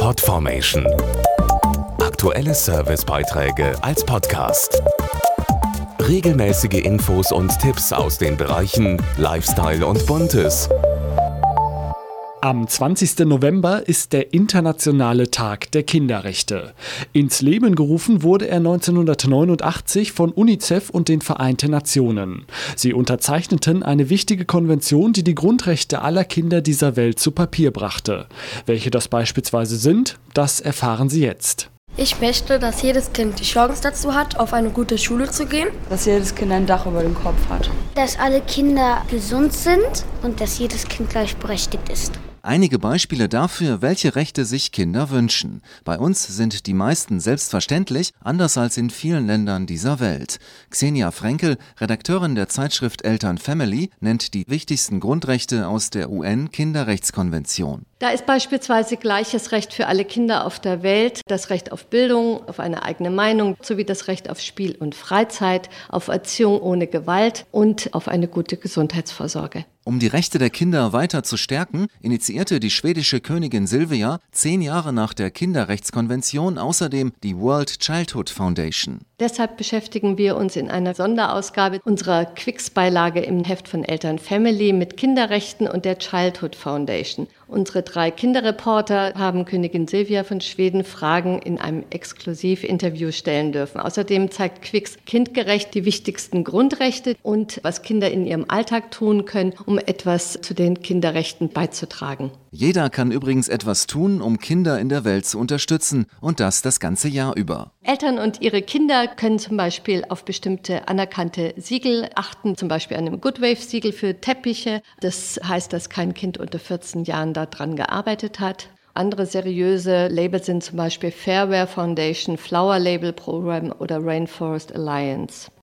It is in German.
Podformation. Aktuelle Servicebeiträge als Podcast. Regelmäßige Infos und Tipps aus den Bereichen Lifestyle und Buntes. Am 20. November ist der Internationale Tag der Kinderrechte. Ins Leben gerufen wurde er 1989 von UNICEF und den Vereinten Nationen. Sie unterzeichneten eine wichtige Konvention, die die Grundrechte aller Kinder dieser Welt zu Papier brachte. Welche das beispielsweise sind, das erfahren Sie jetzt. Ich möchte, dass jedes Kind die Chance dazu hat, auf eine gute Schule zu gehen. Dass jedes Kind ein Dach über dem Kopf hat. Dass alle Kinder gesund sind und dass jedes Kind gleichberechtigt ist. Einige Beispiele dafür, welche Rechte sich Kinder wünschen. Bei uns sind die meisten selbstverständlich, anders als in vielen Ländern dieser Welt. Xenia Frenkel, Redakteurin der Zeitschrift Eltern Family, nennt die wichtigsten Grundrechte aus der UN-Kinderrechtskonvention. Da ist beispielsweise gleiches Recht für alle Kinder auf der Welt, das Recht auf Bildung, auf eine eigene Meinung, sowie das Recht auf Spiel und Freizeit, auf Erziehung ohne Gewalt und auf eine gute Gesundheitsvorsorge. Um die Rechte der Kinder weiter zu stärken, initiierte die schwedische Königin Silvia 10 Jahre nach der Kinderrechtskonvention außerdem die World Childhood Foundation. Deshalb beschäftigen wir uns in einer Sonderausgabe unserer Quicks-Beilage im Heft von Eltern Family mit Kinderrechten und der Childhood Foundation. Unsere 3 Kinderreporter haben Königin Silvia von Schweden Fragen in einem Exklusivinterview stellen dürfen. Außerdem zeigt Quicks kindgerecht die wichtigsten Grundrechte und was Kinder in ihrem Alltag tun können, um etwas zu den Kinderrechten beizutragen. Jeder kann übrigens etwas tun, um Kinder in der Welt zu unterstützen, und das ganze Jahr über. Eltern und ihre Kinder können zum Beispiel auf bestimmte anerkannte Siegel achten, zum Beispiel an einem Goodwave-Siegel für Teppiche. Das heißt, dass kein Kind unter 14 Jahren daran gearbeitet hat. Andere seriöse Labels sind zum Beispiel Fairware Foundation, Flower Label Program oder Rainforest Alliance.